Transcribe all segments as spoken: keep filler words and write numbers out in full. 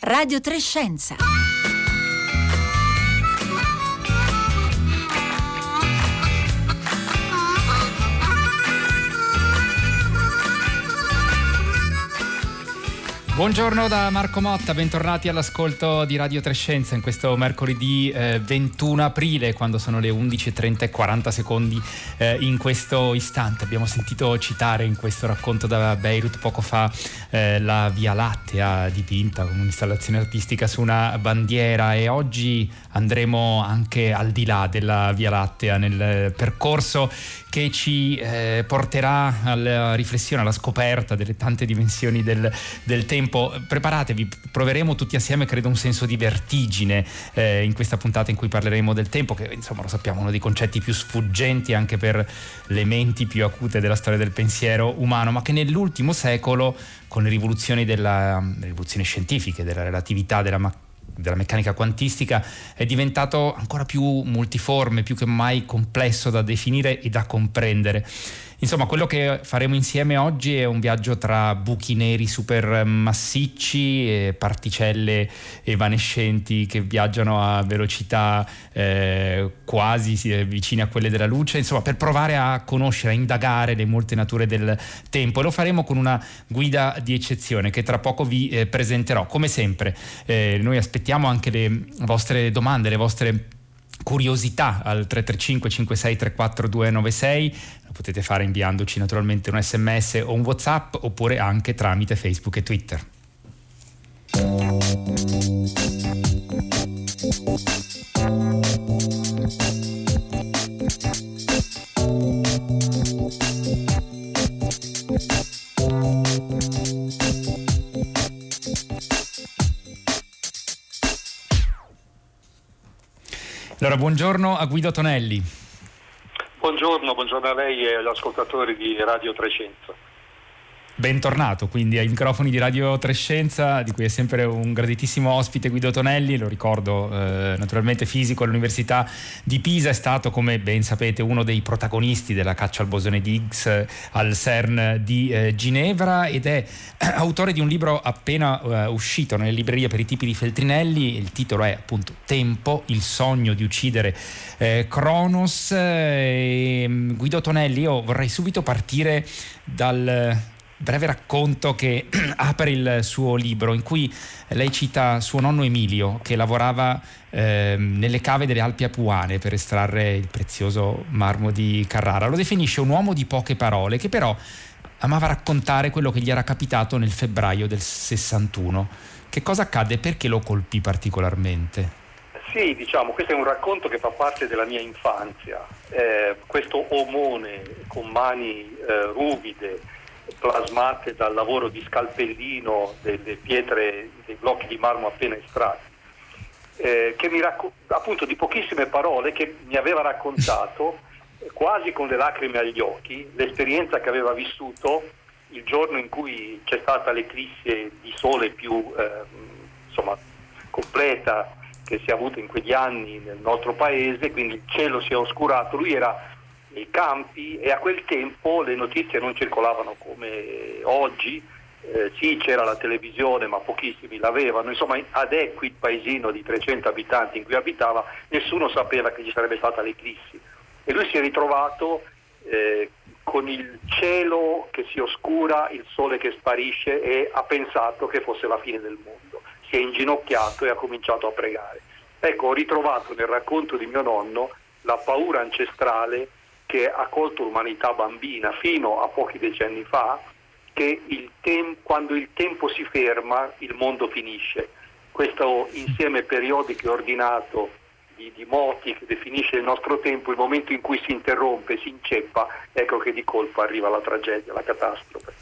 Radio tre Scienza. Buongiorno da Marco Motta, bentornati all'ascolto di Radio tre Scienza in questo mercoledì eh, ventuno aprile, quando sono le undici e trenta e quaranta secondi eh, in questo istante. Abbiamo sentito citare in questo racconto da Beirut poco fa eh, la Via Lattea dipinta con un'installazione artistica su una bandiera, e oggi andremo anche al di là della Via Lattea nel percorso che ci eh, porterà alla riflessione, alla scoperta delle tante dimensioni del, del tempo. Preparatevi, proveremo tutti assieme, credo, un senso di vertigine eh, in questa puntata in cui parleremo del tempo, che insomma lo sappiamo, uno dei concetti più sfuggenti anche per le menti più acute della storia del pensiero umano, ma che nell'ultimo secolo, con le rivoluzioni della le rivoluzioni scientifiche, della relatività, della macchina, della meccanica quantistica, è diventato ancora più multiforme, più che mai complesso da definire e da comprendere. Insomma, quello che faremo insieme oggi è un viaggio tra buchi neri super massicci e particelle evanescenti che viaggiano a velocità eh, quasi vicine a quelle della luce, insomma, per provare a conoscere, a indagare le molte nature del tempo, e lo faremo con una guida di eccezione che tra poco vi eh, presenterò. Come sempre eh, noi aspettiamo anche le vostre domande, le vostre curiosità al tre tre cinque cinque sei tre quattro due nove sei. Lo potete fare inviandoci naturalmente un sms o un WhatsApp, oppure anche tramite Facebook e Twitter. Allora, buongiorno a Guido Tonelli. Buongiorno, buongiorno a lei e agli ascoltatori di Radio tre Scienza. Bentornato quindi ai microfoni di Radio tre Scienza, di cui è sempre un graditissimo ospite Guido Tonelli. Lo ricordo, eh, naturalmente fisico all'Università di Pisa, è stato, come ben sapete, uno dei protagonisti della caccia al bosone di Higgs eh, al CERN di eh, Ginevra, ed è eh, autore di un libro appena eh, uscito nelle librerie per i tipi di Feltrinelli. Il titolo è appunto Tempo, il sogno di uccidere eh, Cronos. Eh, Guido Tonelli, io vorrei subito partire dal breve racconto che apre il suo libro, in cui lei cita suo nonno Emilio, che lavorava eh, nelle cave delle Alpi Apuane per estrarre il prezioso marmo di Carrara. Lo definisce un uomo di poche parole, che però amava raccontare quello che gli era capitato nel febbraio del sessantuno. Che cosa accadde e perché lo colpì particolarmente? Sì, diciamo, questo è un racconto che fa parte della mia infanzia. Eh, questo omone con mani eh, ruvide, plasmate dal lavoro di scalpellino delle pietre, dei blocchi di marmo appena estratti, eh, che mi racco- appunto di pochissime parole, che mi aveva raccontato eh, quasi con le lacrime agli occhi l'esperienza che aveva vissuto il giorno in cui c'è stata l'eclisse di sole più eh, insomma completa che si è avuta in quegli anni nel nostro paese, quindi il cielo si è oscurato. Lui era nei campi e a quel tempo le notizie non circolavano come oggi, eh, sì, c'era la televisione ma pochissimi l'avevano, insomma ad Equi, il paesino di trecento abitanti in cui abitava, nessuno sapeva che ci sarebbe stata l'eclissi, e lui si è ritrovato eh, con il cielo che si oscura, il sole che sparisce, e ha pensato che fosse la fine del mondo. Si è inginocchiato e ha cominciato a pregare. Ecco, ho ritrovato nel racconto di mio nonno la paura ancestrale che ha colto l'umanità bambina fino a pochi decenni fa, che il tem- quando il tempo si ferma il mondo finisce. Questo insieme periodico e ordinato di, di moti che definisce il nostro tempo, il momento in cui si interrompe, si inceppa, ecco che di colpo arriva la tragedia, la catastrofe.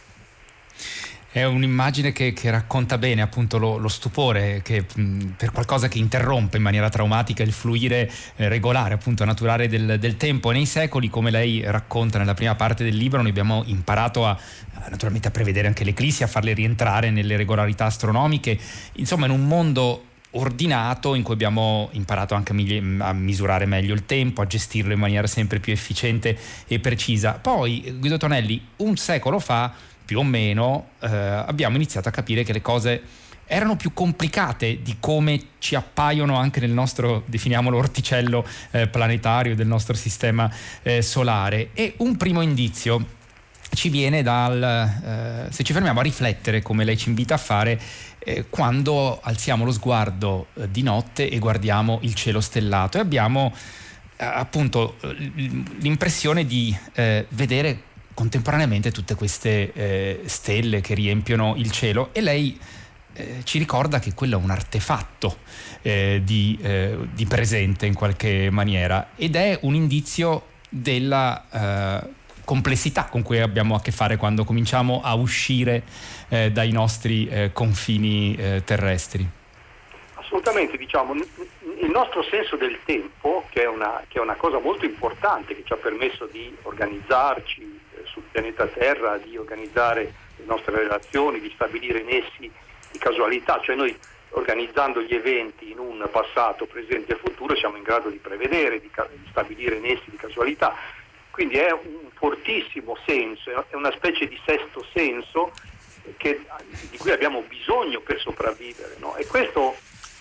È un'immagine che, che racconta bene appunto lo, lo stupore che mh, per qualcosa che interrompe in maniera traumatica il fluire eh, regolare, appunto naturale del, del tempo. E nei secoli, come lei racconta nella prima parte del libro, noi abbiamo imparato a, a naturalmente a prevedere anche le eclissi, a farle rientrare nelle regolarità astronomiche, insomma in un mondo ordinato in cui abbiamo imparato anche a, migli- a misurare meglio il tempo, a gestirlo in maniera sempre più efficiente e precisa. Poi, Guido Tonelli, un secolo fa più o meno eh, abbiamo iniziato a capire che le cose erano più complicate di come ci appaiono anche nel nostro, definiamolo, orticello eh, planetario del nostro sistema eh, solare. E un primo indizio ci viene dal, eh, se ci fermiamo a riflettere, come lei ci invita a fare, eh, quando alziamo lo sguardo eh, di notte e guardiamo il cielo stellato, e abbiamo eh, appunto l'impressione di eh, vedere contemporaneamente tutte queste eh, stelle che riempiono il cielo, e lei eh, ci ricorda che quello è un artefatto eh, di, eh, di presente in qualche maniera, ed è un indizio della eh, complessità con cui abbiamo a che fare quando cominciamo a uscire eh, dai nostri eh, confini eh, terrestri. Assolutamente, diciamo, il nostro senso del tempo, che è una, che è una cosa molto importante, che ci ha permesso di organizzarci eh, sul pianeta Terra, di organizzare le nostre relazioni, di stabilire nessi di casualità, cioè noi organizzando gli eventi in un passato, presente e futuro siamo in grado di prevedere, di, ca- di stabilire nessi di casualità, quindi è un fortissimo senso, è una specie di sesto senso che, di cui abbiamo bisogno per sopravvivere, no? E questo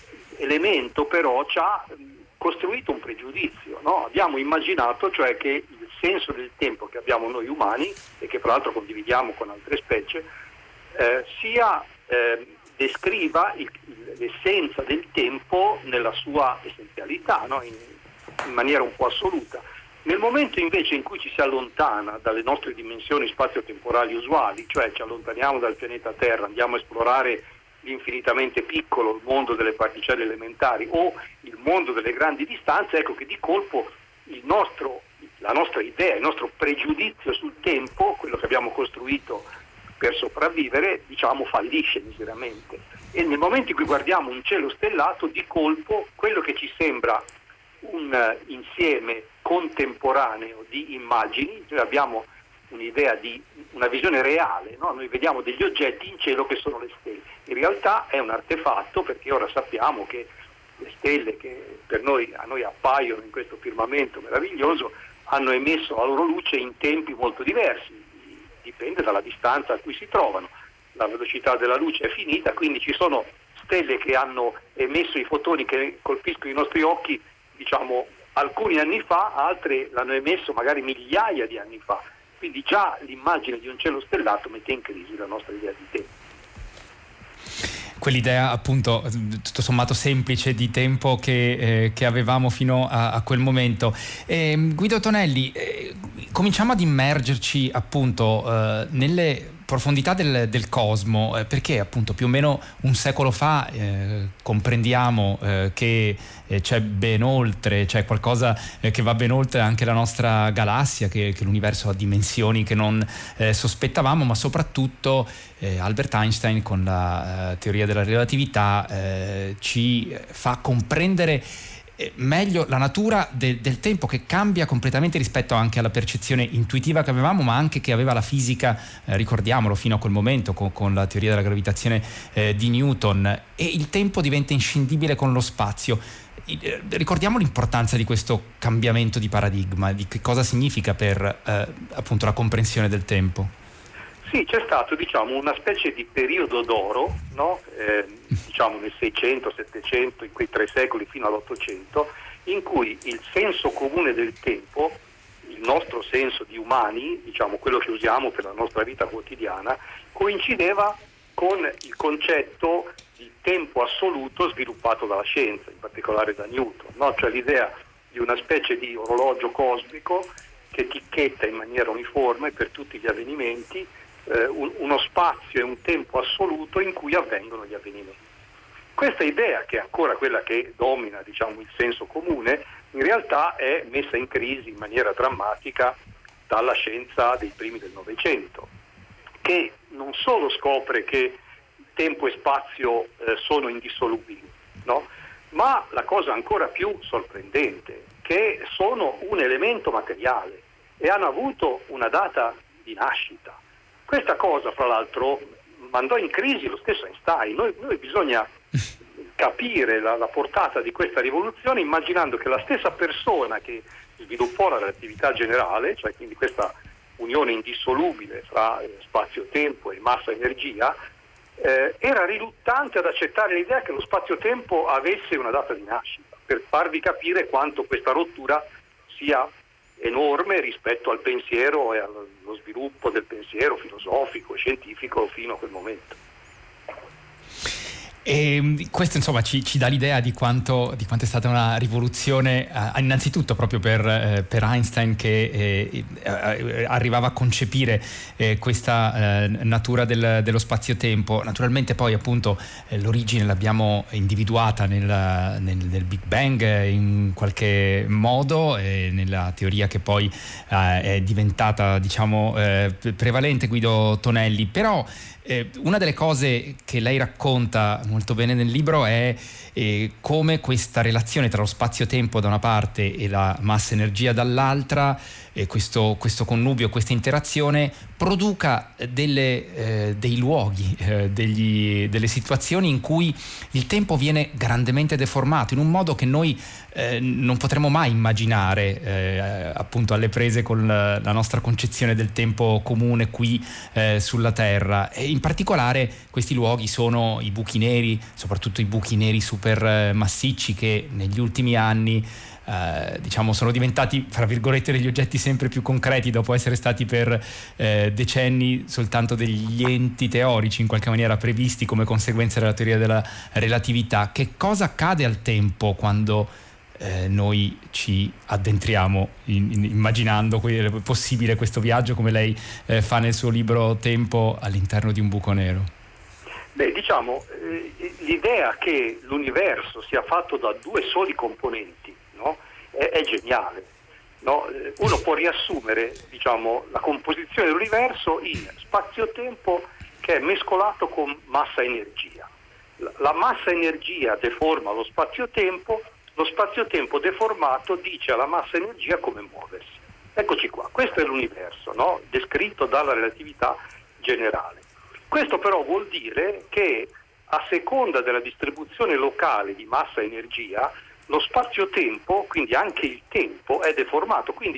elemento però ci ha costruito un pregiudizio, no? Abbiamo immaginato cioè che il senso del tempo che abbiamo noi umani, e che fra l'altro condividiamo con altre specie, eh, sia eh, descriva il, il, l'essenza del tempo nella sua essenzialità, no? in, in maniera un po' assoluta. Nel momento invece in cui ci si allontana dalle nostre dimensioni spazio-temporali usuali, cioè ci allontaniamo dal pianeta Terra, andiamo a esplorare l'infinitamente piccolo, il mondo delle particelle elementari o il mondo delle grandi distanze, ecco che di colpo il nostro, la nostra idea, il nostro pregiudizio sul tempo, quello che abbiamo costruito per sopravvivere, diciamo fallisce miseramente. E nel momento in cui guardiamo un cielo stellato, di colpo quello che ci sembra un uh, insieme contemporaneo di immagini, noi abbiamo un'idea di una visione reale, no? Noi vediamo degli oggetti in cielo che sono le stelle, in realtà è un artefatto, perché ora sappiamo che le stelle che per noi, a noi appaiono in questo firmamento meraviglioso hanno emesso la loro luce in tempi molto diversi, dipende dalla distanza a cui si trovano, la velocità della luce è finita, quindi ci sono stelle che hanno emesso i fotoni che colpiscono i nostri occhi, diciamo, alcuni anni fa, altre l'hanno emesso magari migliaia di anni fa. Quindi già l'immagine di un cielo stellato mette in crisi la nostra idea di tempo. Quell'idea appunto tutto sommato semplice di tempo che, eh, che avevamo fino a, a quel momento. Eh, Guido Tonelli, eh, cominciamo ad immergerci appunto eh, nelle profondità del, del cosmo, eh, perché appunto più o meno un secolo fa eh, comprendiamo eh, che eh, c'è ben oltre, c'è qualcosa eh, che va ben oltre anche la nostra galassia, che, che l'universo ha dimensioni che non eh, sospettavamo, ma soprattutto eh, Albert Einstein con la eh, teoria della relatività eh, ci fa comprendere meglio la natura de- del tempo, che cambia completamente rispetto anche alla percezione intuitiva che avevamo, ma anche che aveva la fisica, eh, ricordiamolo, fino a quel momento con, con la teoria della gravitazione eh, di Newton, e il tempo diventa inscindibile con lo spazio. Eh, ricordiamo l'importanza di questo cambiamento di paradigma, di che cosa significa per eh, appunto la comprensione del tempo. Sì, c'è stato diciamo una specie di periodo d'oro, no? eh, diciamo nel seicento, settecento, in quei tre secoli fino all'ottocento, in cui il senso comune del tempo, il nostro senso di umani, diciamo quello che usiamo per la nostra vita quotidiana, coincideva con il concetto di tempo assoluto sviluppato dalla scienza, in particolare da Newton, no? Cioè l'idea di una specie di orologio cosmico che ticchetta in maniera uniforme per tutti gli avvenimenti, eh, un, uno spazio e un tempo assoluto in cui avvengono gli avvenimenti. Questa idea, che è ancora quella che domina, diciamo, il senso comune, in realtà è messa in crisi in maniera drammatica dalla scienza dei primi del Novecento, che non solo scopre che tempo e spazio eh, sono indissolubili, no? Ma la cosa ancora più sorprendente, che sono un elemento materiale e hanno avuto una data di nascita. Questa cosa, fra l'altro, mandò in crisi lo stesso Einstein. Noi, noi bisogna capire la, la portata di questa rivoluzione immaginando che la stessa persona che sviluppò la relatività generale, cioè quindi questa unione indissolubile fra spazio-tempo e massa-energia, eh, era riluttante ad accettare l'idea che lo spazio-tempo avesse una data di nascita, per farvi capire quanto questa rottura sia enorme rispetto al pensiero e allo sviluppo del pensiero filosofico e scientifico fino a quel momento. E questo insomma ci, ci dà l'idea di quanto, di quanto è stata una rivoluzione, eh, innanzitutto proprio per, eh, per Einstein, che eh, eh, arrivava a concepire eh, questa eh, natura del, dello spazio-tempo. Naturalmente poi appunto eh, l'origine l'abbiamo individuata nel, nel, nel Big Bang eh, in qualche modo, eh, nella teoria che poi eh, è diventata diciamo eh, prevalente, Guido Tonelli. Però Eh, una delle cose che lei racconta molto bene nel libro è eh, come questa relazione tra lo spazio-tempo da una parte e la massa-energia dall'altra, eh, questo, questo connubio, questa interazione produca delle, eh, dei luoghi, eh, degli, delle situazioni in cui il tempo viene grandemente deformato in un modo che noi eh, non potremmo mai immaginare, eh, appunto alle prese con la, la nostra concezione del tempo comune qui eh, sulla Terra. E in particolare questi luoghi sono i buchi neri, soprattutto i buchi neri super eh, massicci, che negli ultimi anni Uh, diciamo sono diventati, fra virgolette, degli oggetti sempre più concreti, dopo essere stati per eh, decenni soltanto degli enti teorici in qualche maniera previsti come conseguenza della teoria della relatività. Che cosa accade al tempo quando eh, noi ci addentriamo in, in, immaginando que- possibile questo viaggio, come lei eh, fa nel suo libro Tempo, all'interno di un buco nero? Beh, diciamo, eh, l'idea che l'universo sia fatto da due soli componenti, no? È, è geniale, no? Uno può riassumere, diciamo, la composizione dell'universo in spazio-tempo che è mescolato con massa-energia. La, la massa-energia deforma lo spazio-tempo, lo spazio-tempo deformato dice alla massa-energia come muoversi. Eccoci qua, questo è l'universo, no? Descritto dalla relatività generale. Questo però vuol dire che a seconda della distribuzione locale di massa-energia lo spazio-tempo, quindi anche il tempo, è deformato. Quindi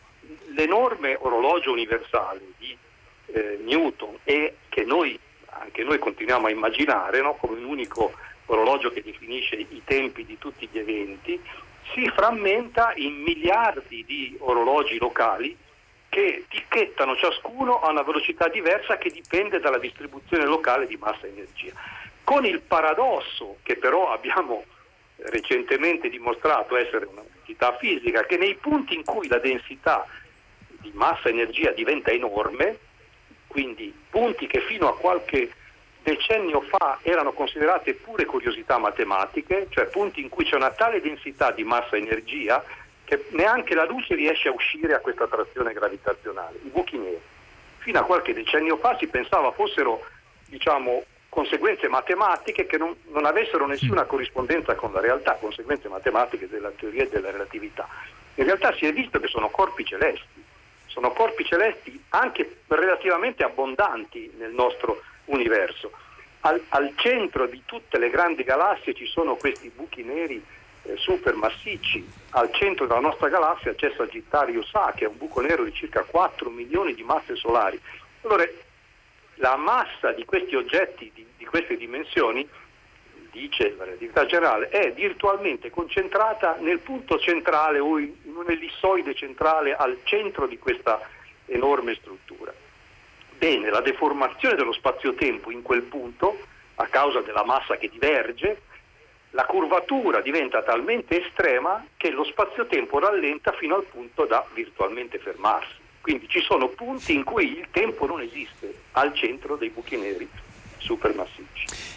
l'enorme orologio universale di eh, Newton, e che noi anche noi continuiamo a immaginare, no, come un unico orologio che definisce i tempi di tutti gli eventi, si frammenta in miliardi di orologi locali che ticchettano ciascuno a una velocità diversa che dipende dalla distribuzione locale di massa-energia. Con il paradosso, che però abbiamo recentemente dimostrato essere un'entità fisica, che nei punti in cui la densità di massa-energia diventa enorme, quindi punti che fino a qualche decennio fa erano considerate pure curiosità matematiche, cioè punti in cui c'è una tale densità di massa-energia che neanche la luce riesce a uscire a questa attrazione gravitazionale, i buchi neri. Fino a qualche decennio fa si pensava fossero, diciamo, conseguenze matematiche che non, non avessero nessuna corrispondenza con la realtà, conseguenze matematiche della teoria della relatività. In realtà si è visto che sono corpi celesti, sono corpi celesti anche relativamente abbondanti nel nostro universo. Al, al centro di tutte le grandi galassie ci sono questi buchi neri eh, super massicci. Al centro della nostra galassia c'è Sagittarius A, che è un buco nero di circa quattro milioni di masse solari. Allora, la massa di questi oggetti di, di queste dimensioni, dice la relatività generale, è virtualmente concentrata nel punto centrale o in, in un ellissoide centrale al centro di questa enorme struttura. Bene, la deformazione dello spazio-tempo in quel punto, a causa della massa che diverge, la curvatura diventa talmente estrema che lo spazio-tempo rallenta fino al punto da virtualmente fermarsi. Quindi ci sono punti in cui il tempo non esiste al centro dei buchi neri supermassicci.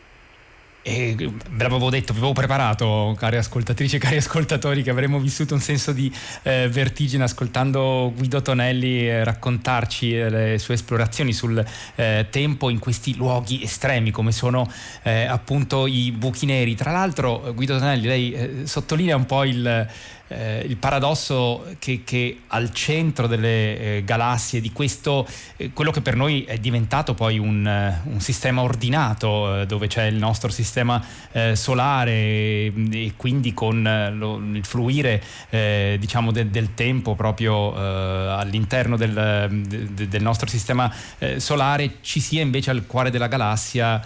E ve l'avevo detto, vi avevo preparato, care ascoltatrici e cari ascoltatori, che avremmo vissuto un senso di eh, vertigine ascoltando Guido Tonelli eh, raccontarci eh, le sue esplorazioni sul eh, tempo in questi luoghi estremi come sono eh, appunto i buchi neri. Tra l'altro, Guido Tonelli, lei eh, sottolinea un po' il eh, il paradosso che, che al centro delle eh, galassie di questo, eh, quello che per noi è diventato poi un, un sistema ordinato, eh, dove c'è il nostro sistema eh, solare e, e quindi con eh, lo, il fluire eh, diciamo de, del tempo proprio eh, all'interno del, de, del nostro sistema eh, solare, ci sia invece al cuore della galassia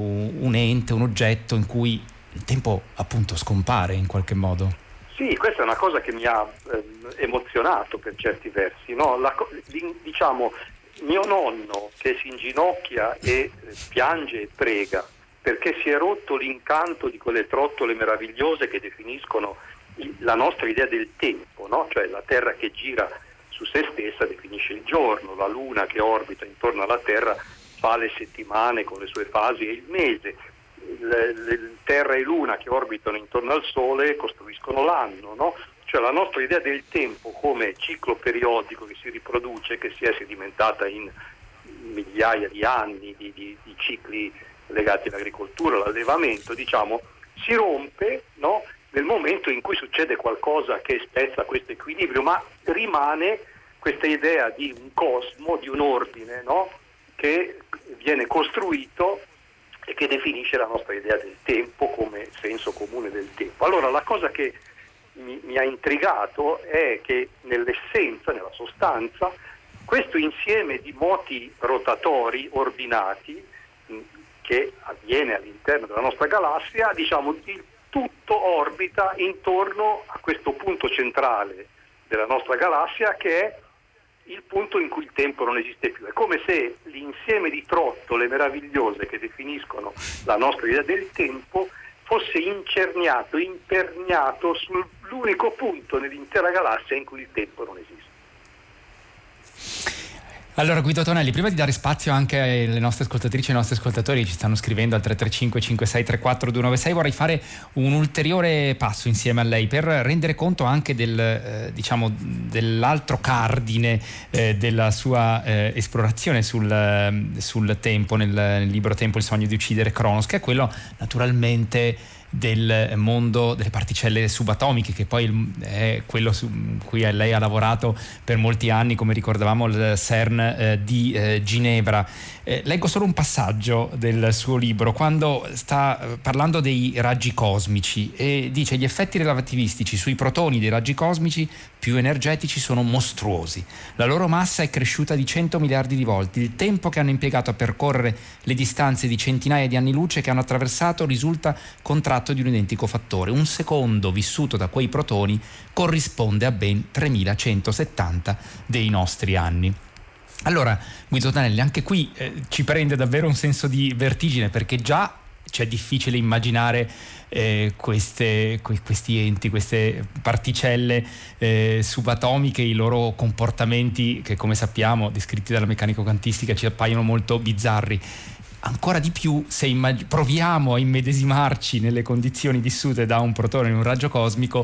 un ente, un oggetto in cui il tempo appunto scompare in qualche modo. Sì, questa è una cosa che mi ha eh, emozionato per certi versi, no? La, diciamo, mio nonno che si inginocchia e eh, piange e prega perché si è rotto l'incanto di quelle trottole meravigliose che definiscono la nostra idea del tempo, no? Cioè la Terra che gira su se stessa definisce il giorno, la Luna che orbita intorno alla Terra fa le settimane con le sue fasi e il mese, le, le, Terra e Luna che orbitano intorno al Sole costruiscono l'anno, no? Cioè la nostra idea del tempo come ciclo periodico che si riproduce, che si è sedimentata in migliaia di anni di, di, di cicli legati all'agricoltura, all'allevamento, diciamo, si rompe, no? Nel momento in cui succede qualcosa che spezza questo equilibrio, ma rimane questa idea di un cosmo, di un ordine, no? Che viene costruito e che definisce la nostra idea del tempo come senso comune del tempo. Allora la cosa che mi, mi ha intrigato è che nell'essenza, nella sostanza, questo insieme di moti rotatori ordinati mh, che avviene all'interno della nostra galassia, diciamo, il tutto orbita intorno a questo punto centrale della nostra galassia che è il punto in cui il tempo non esiste più. È come se l'insieme di trottole meravigliose che definiscono la nostra idea del tempo fosse incerniato, imperniato sull'unico punto nell'intera galassia in cui il tempo non esiste. Allora Guido Tonelli, prima di dare spazio anche alle nostre ascoltatrici e ai nostri ascoltatori che ci stanno scrivendo al tre tre cinque cinque sei tre quattro due nove sei, vorrei fare un ulteriore passo insieme a lei per rendere conto anche del, eh, diciamo, dell'altro cardine eh, della sua eh, esplorazione sul, sul tempo nel, nel libro Tempo, il sogno di uccidere Cronos, che è quello naturalmente del mondo delle particelle subatomiche, che poi è quello su cui lei ha lavorato per molti anni, come ricordavamo al CERN eh, di eh, Ginevra. Eh, leggo solo un passaggio del suo libro quando sta eh, parlando dei raggi cosmici e dice: gli effetti relativistici sui protoni dei raggi cosmici più energetici sono mostruosi, la loro massa è cresciuta di cento miliardi di volte, il tempo che hanno impiegato a percorrere le distanze di centinaia di anni luce che hanno attraversato risulta contratto di un identico fattore. Un secondo vissuto da quei protoni corrisponde a ben tremilacentosettanta dei nostri anni. Allora, Guido Tonelli, anche qui eh, ci prende davvero un senso di vertigine, perché già c'è difficile immaginare eh, queste, que- questi enti, queste particelle eh, subatomiche, i loro comportamenti che, come sappiamo, descritti dalla meccanica quantistica, ci appaiono molto bizzarri. Ancora di più se immag- proviamo a immedesimarci nelle condizioni vissute da un protone in un raggio cosmico,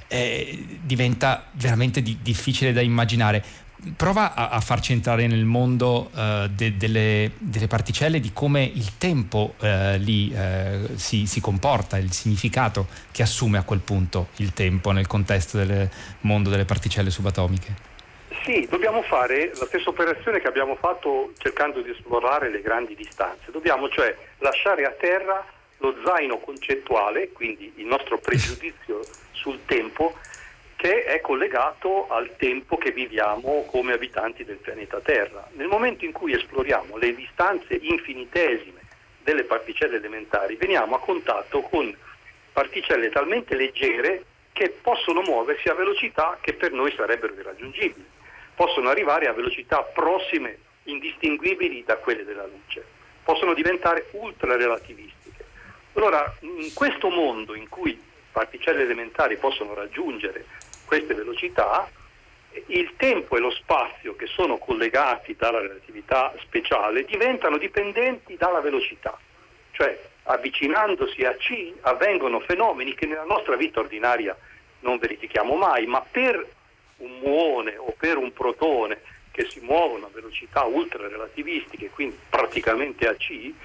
eh, diventa veramente di- difficile da immaginare. Prova a, a farci entrare nel mondo uh, de, delle, delle particelle, di come il tempo uh, lì uh, si, si comporta, il significato che assume a quel punto il tempo nel contesto del mondo delle particelle subatomiche. Sì, dobbiamo fare la stessa operazione che abbiamo fatto cercando di esplorare le grandi distanze. Dobbiamo cioè lasciare a terra lo zaino concettuale, quindi il nostro pregiudizio sul tempo, che è collegato al tempo che viviamo come abitanti del pianeta Terra. Nel momento in cui esploriamo le distanze infinitesime delle particelle elementari, veniamo a contatto con particelle talmente leggere che possono muoversi a velocità che per noi sarebbero irraggiungibili. Possono arrivare a velocità prossime, indistinguibili da quelle della luce. Possono diventare ultra-relativistiche. Allora, in questo mondo in cui particelle elementari possono raggiungere queste velocità, il tempo e lo spazio che sono collegati dalla relatività speciale diventano dipendenti dalla velocità, cioè avvicinandosi a C avvengono fenomeni che nella nostra vita ordinaria non verifichiamo mai, ma per un muone o per un protone che si muovono a velocità ultra relativistiche, quindi praticamente a C,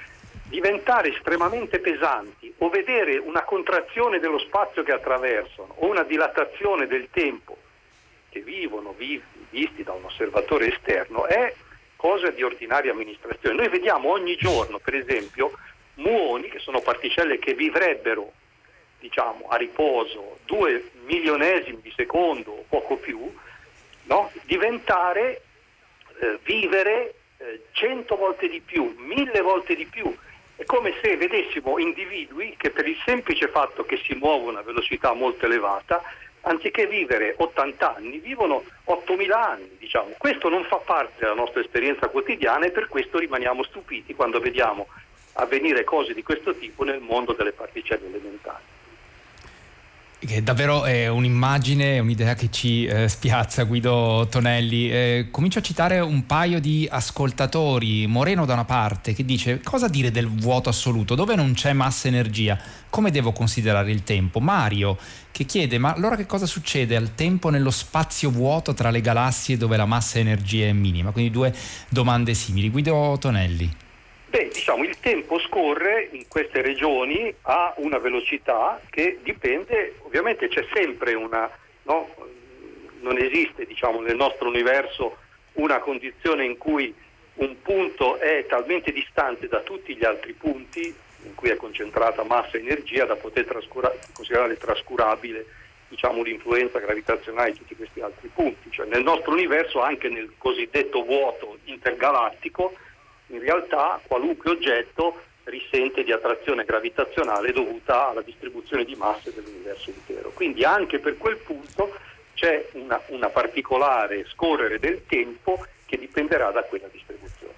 diventare estremamente pesanti o vedere una contrazione dello spazio che attraversano o una dilatazione del tempo che vivono vi, visti da un osservatore esterno è cosa di ordinaria amministrazione. Noi vediamo ogni giorno, per esempio, muoni, che sono particelle che vivrebbero, diciamo, a riposo due milionesimi di secondo o poco più, no? diventare, eh, vivere eh, cento volte di più, mille volte di più. È come se vedessimo individui che per il semplice fatto che si muovono a velocità molto elevata, anziché vivere ottanta anni, vivono ottomila anni, diciamo. Questo non fa parte della nostra esperienza quotidiana e per questo rimaniamo stupiti quando vediamo avvenire cose di questo tipo nel mondo delle particelle elementari. Che davvero è un'immagine, un'idea che ci eh, spiazza, Guido Tonelli. Eh, comincio a citare un paio di ascoltatori. Moreno da una parte che dice: cosa dire del vuoto assoluto? Dove non c'è massa energia? Come devo considerare il tempo? Mario che chiede: ma allora che cosa succede al tempo nello spazio vuoto tra le galassie dove la massa energia è minima? Quindi due domande simili. Guido Tonelli. Beh, diciamo, il tempo scorre in queste regioni a una velocità che dipende, ovviamente c'è sempre una, no? Non esiste, diciamo, nel nostro universo una condizione in cui un punto è talmente distante da tutti gli altri punti in cui è concentrata massa e energia da poter trascura- considerare trascurabile, diciamo, l'influenza gravitazionale di tutti questi altri punti. Cioè, nel nostro universo, anche nel cosiddetto vuoto intergalattico, in realtà qualunque oggetto risente di attrazione gravitazionale dovuta alla distribuzione di masse dell'universo intero. Quindi anche per quel punto c'è una, una particolare scorrere del tempo che dipenderà da quella distribuzione.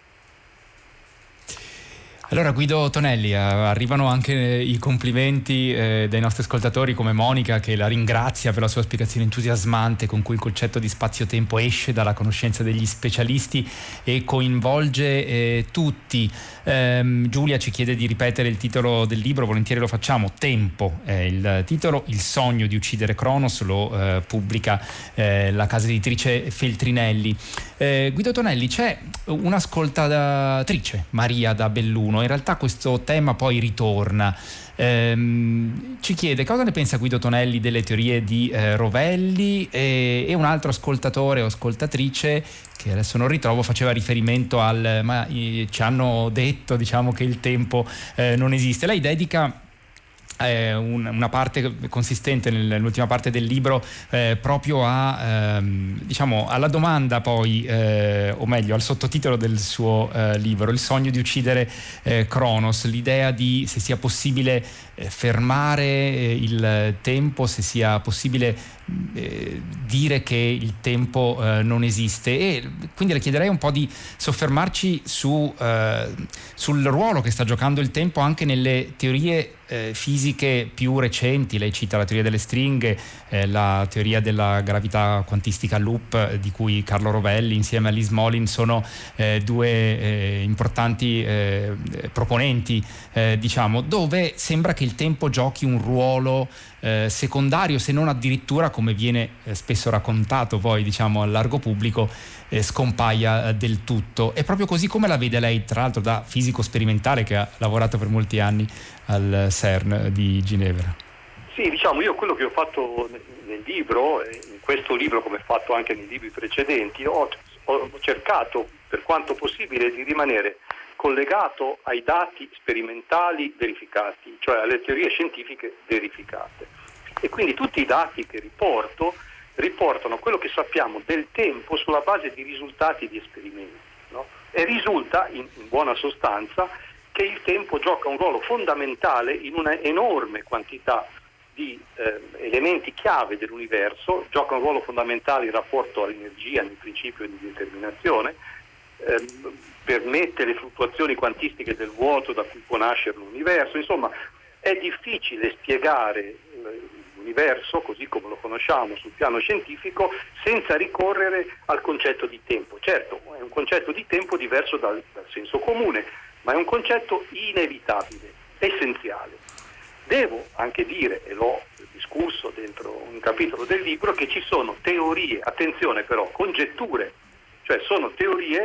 Allora, Guido Tonelli, arrivano anche i complimenti eh, dai nostri ascoltatori, come Monica, che la ringrazia per la sua spiegazione entusiasmante con cui il concetto di spazio-tempo esce dalla conoscenza degli specialisti e coinvolge eh, tutti. Ehm, Giulia ci chiede di ripetere il titolo del libro, volentieri lo facciamo. Tempo è il titolo, Il sogno di uccidere Cronos, lo eh, pubblica eh, la casa editrice Feltrinelli. Eh, Guido Tonelli, c'è un'ascoltatrice, Maria da Belluno. In realtà questo tema poi ritorna. Ehm, ci chiede cosa ne pensa Guido Tonelli delle teorie di eh, Rovelli, e, e un altro ascoltatore o ascoltatrice, che adesso non ritrovo, faceva riferimento al ma eh, ci hanno detto, diciamo, che il tempo eh, non esiste. Lei dedica Eh, un, una parte consistente nell'ultima parte del libro eh, proprio a ehm, diciamo alla domanda poi eh, o meglio al sottotitolo del suo eh, libro, Il sogno di uccidere eh, Cronos, l'idea di se sia possibile eh, fermare eh, il tempo, se sia possibile eh, dire che il tempo eh, non esiste. E quindi le chiederei un po' di soffermarci su eh, sul ruolo che sta giocando il tempo anche nelle teorie Eh, fisiche più recenti. Lei cita la teoria delle stringhe, eh, la teoria della gravità quantistica a loop, eh, di cui Carlo Rovelli insieme a Liz Molin sono eh, due eh, importanti eh, proponenti, eh, diciamo, dove sembra che il tempo giochi un ruolo eh, secondario, se non addirittura, come viene eh, spesso raccontato poi, diciamo, al largo pubblico, eh, scompaia eh, del tutto. È proprio così come la vede lei, tra l'altro da fisico sperimentale che ha lavorato per molti anni al CERN di Ginevra? Sì, diciamo, io quello che ho fatto nel libro, in questo libro come ho fatto anche nei libri precedenti, ho, ho cercato per quanto possibile di rimanere collegato ai dati sperimentali verificati, cioè alle teorie scientifiche verificate. E quindi tutti i dati che riporto riportano quello che sappiamo del tempo sulla base di risultati di esperimenti, no? E risulta in, in buona sostanza che il tempo gioca un ruolo fondamentale in una enorme quantità di eh, elementi chiave dell'universo, gioca un ruolo fondamentale in rapporto all'energia nel principio di determinazione, eh, permette le fluttuazioni quantistiche del vuoto da cui può nascere l'universo. Insomma, è difficile spiegare l'universo così come lo conosciamo sul piano scientifico senza ricorrere al concetto di tempo. Certo, è un concetto di tempo diverso dal, dal senso comune, ma è un concetto inevitabile, essenziale. Devo anche dire, e l'ho discusso dentro un capitolo del libro, che ci sono teorie, attenzione però, congetture, cioè sono teorie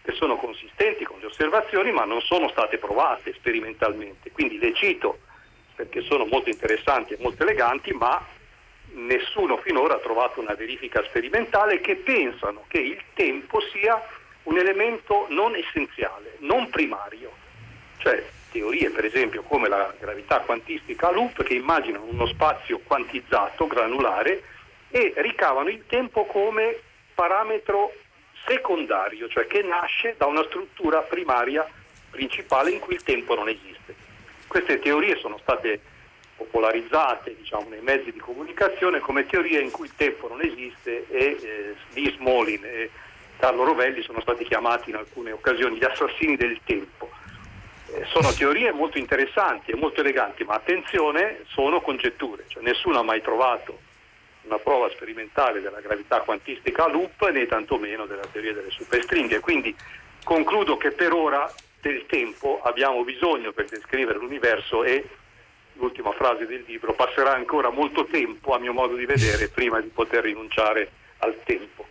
che sono consistenti con le osservazioni, ma non sono state provate sperimentalmente. Quindi le cito perché sono molto interessanti e molto eleganti, ma nessuno finora ha trovato una verifica sperimentale, che pensano che il tempo sia un elemento non essenziale, non primario. Cioè teorie per esempio come la gravità quantistica a loop, che immaginano uno spazio quantizzato, granulare, e ricavano il tempo come parametro secondario, cioè che nasce da una struttura primaria principale in cui il tempo non esiste. Queste teorie sono state popolarizzate, diciamo, nei mezzi di comunicazione come teorie in cui il tempo non esiste, e eh, Lee Smolin e Carlo Rovelli sono stati chiamati in alcune occasioni gli assassini del tempo. Eh, sono teorie molto interessanti e molto eleganti, ma attenzione, sono congetture, cioè nessuno ha mai trovato una prova sperimentale della gravità quantistica a loop, né tantomeno della teoria delle superstringhe. Quindi concludo che per ora del tempo abbiamo bisogno per descrivere l'universo, e l'ultima frase del libro: passerà ancora molto tempo, a mio modo di vedere, prima di poter rinunciare al tempo.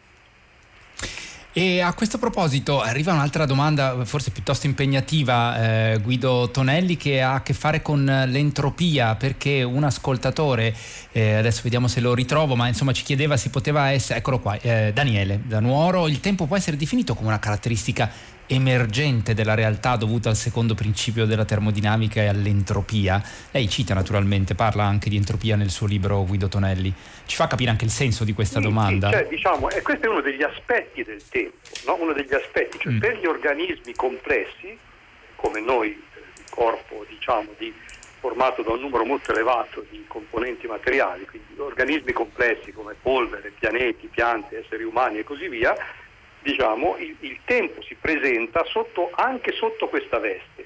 E a questo proposito arriva un'altra domanda, forse piuttosto impegnativa, eh, Guido Tonelli, che ha a che fare con l'entropia, perché un ascoltatore, eh, adesso vediamo se lo ritrovo, ma insomma ci chiedeva se poteva essere, eccolo qua, eh, Daniele da Nuoro: il tempo può essere definito come una caratteristica emergente della realtà dovuta al secondo principio della termodinamica e all'entropia? Lei cita naturalmente, parla anche di entropia nel suo libro, Guido Tonelli. Ci fa capire anche il senso di questa sì, domanda? Sì, cioè, diciamo, e questo è uno degli aspetti del tempo, no? Uno degli aspetti, cioè mm. per gli organismi complessi, come noi, il corpo, diciamo, di, formato da un numero molto elevato di componenti materiali, quindi organismi complessi come polvere, pianeti, piante, esseri umani e così via, diciamo, il, il tempo si presenta sotto, anche sotto questa veste.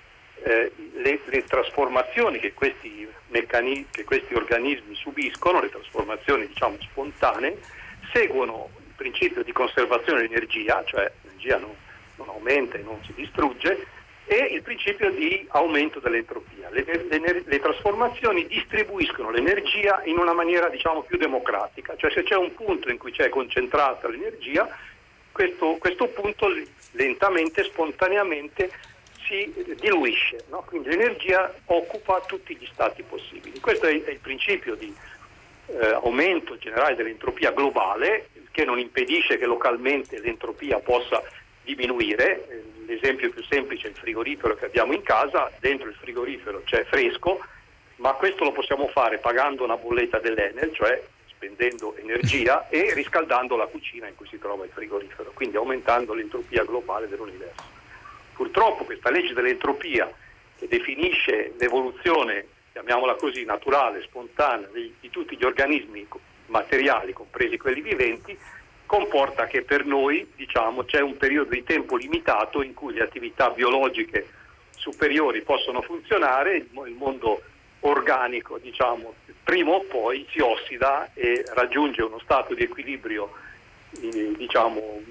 Eh, le, le trasformazioni che questi meccanismi, che questi organismi subiscono, le trasformazioni diciamo spontanee, seguono il principio di conservazione dell'energia, cioè l'energia non, non aumenta e non si distrugge, e il principio di aumento dell'entropia. Le, le, le trasformazioni distribuiscono l'energia in una maniera diciamo più democratica, cioè se c'è un punto in cui c'è concentrata l'energia, questo, questo punto lentamente, spontaneamente si diluisce, no? Quindi l'energia occupa tutti gli stati possibili. Questo è, è il principio di eh, aumento generale dell'entropia globale, che non impedisce che localmente l'entropia possa diminuire. L'esempio più semplice è il frigorifero che abbiamo in casa. Dentro il frigorifero c'è fresco, ma questo lo possiamo fare pagando una bolletta dell'Enel, cioè spendendo energia, e riscaldando la cucina in cui si trova il frigorifero, quindi aumentando l'entropia globale dell'universo. Purtroppo questa legge dell'entropia, che definisce l'evoluzione, chiamiamola così, naturale, spontanea di, di tutti gli organismi materiali, compresi quelli viventi, comporta che per noi, diciamo, c'è un periodo di tempo limitato in cui le attività biologiche superiori possono funzionare, il, il mondo organico, diciamo, prima o poi si ossida e raggiunge uno stato di equilibrio, eh, diciamo,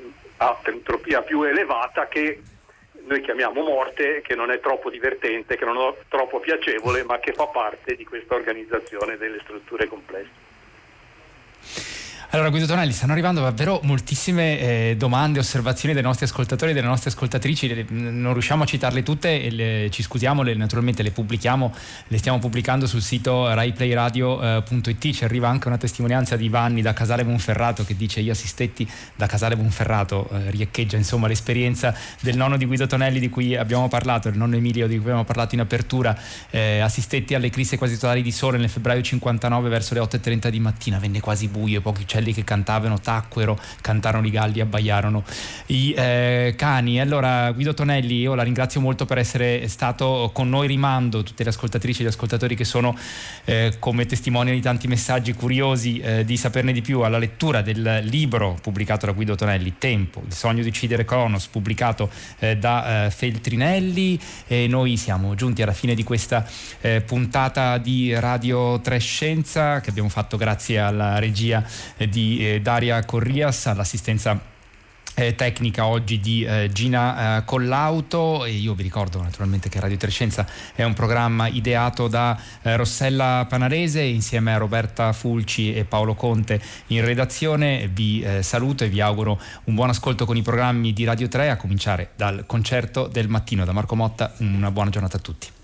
a entropia più elevata, che noi chiamiamo morte, che non è troppo divertente, che non è troppo piacevole, ma che fa parte di questa organizzazione delle strutture complesse. Allora Guido Tonelli, stanno arrivando davvero moltissime eh, domande, osservazioni dei nostri ascoltatori e delle nostre ascoltatrici. Le, non riusciamo a citarle tutte e le, ci scusiamo, le, naturalmente le pubblichiamo, le stiamo pubblicando sul sito rai play radio punto it. Ci arriva anche una testimonianza di Vanni da Casale Monferrato, che dice: io assistetti da Casale Monferrato, eh, riecheggia insomma l'esperienza del nonno di Guido Tonelli di cui abbiamo parlato, il nonno Emilio di cui abbiamo parlato in apertura. Eh, assistetti alle eclissi quasi totali di sole nel febbraio cinquantanove verso le otto e trenta di mattina, venne quasi buio, pochi uccelli che cantavano tacquero, cantarono i galli, abbaiarono i eh, cani. Allora Guido Tonelli, io la ringrazio molto per essere stato con noi. Rimando tutte le ascoltatrici e gli ascoltatori che sono eh, come testimoni di tanti messaggi curiosi eh, di saperne di più alla lettura del libro pubblicato da Guido Tonelli, Tempo, il sogno di uccidere Cronos, pubblicato eh, da eh, Feltrinelli. E noi siamo giunti alla fine di questa eh, puntata di Radio tre Scienza, che abbiamo fatto grazie alla regia eh, di eh, Daria Corrias, all'assistenza Eh, tecnica oggi di eh, Gina eh, Collauto, e io vi ricordo naturalmente che Radio Trescenza è un programma ideato da eh, Rossella Panarese insieme a Roberta Fulci e Paolo Conte in redazione. Vi eh, saluto e vi auguro un buon ascolto con i programmi di Radio tre, a cominciare dal concerto del mattino. Da Marco Motta una buona giornata a tutti.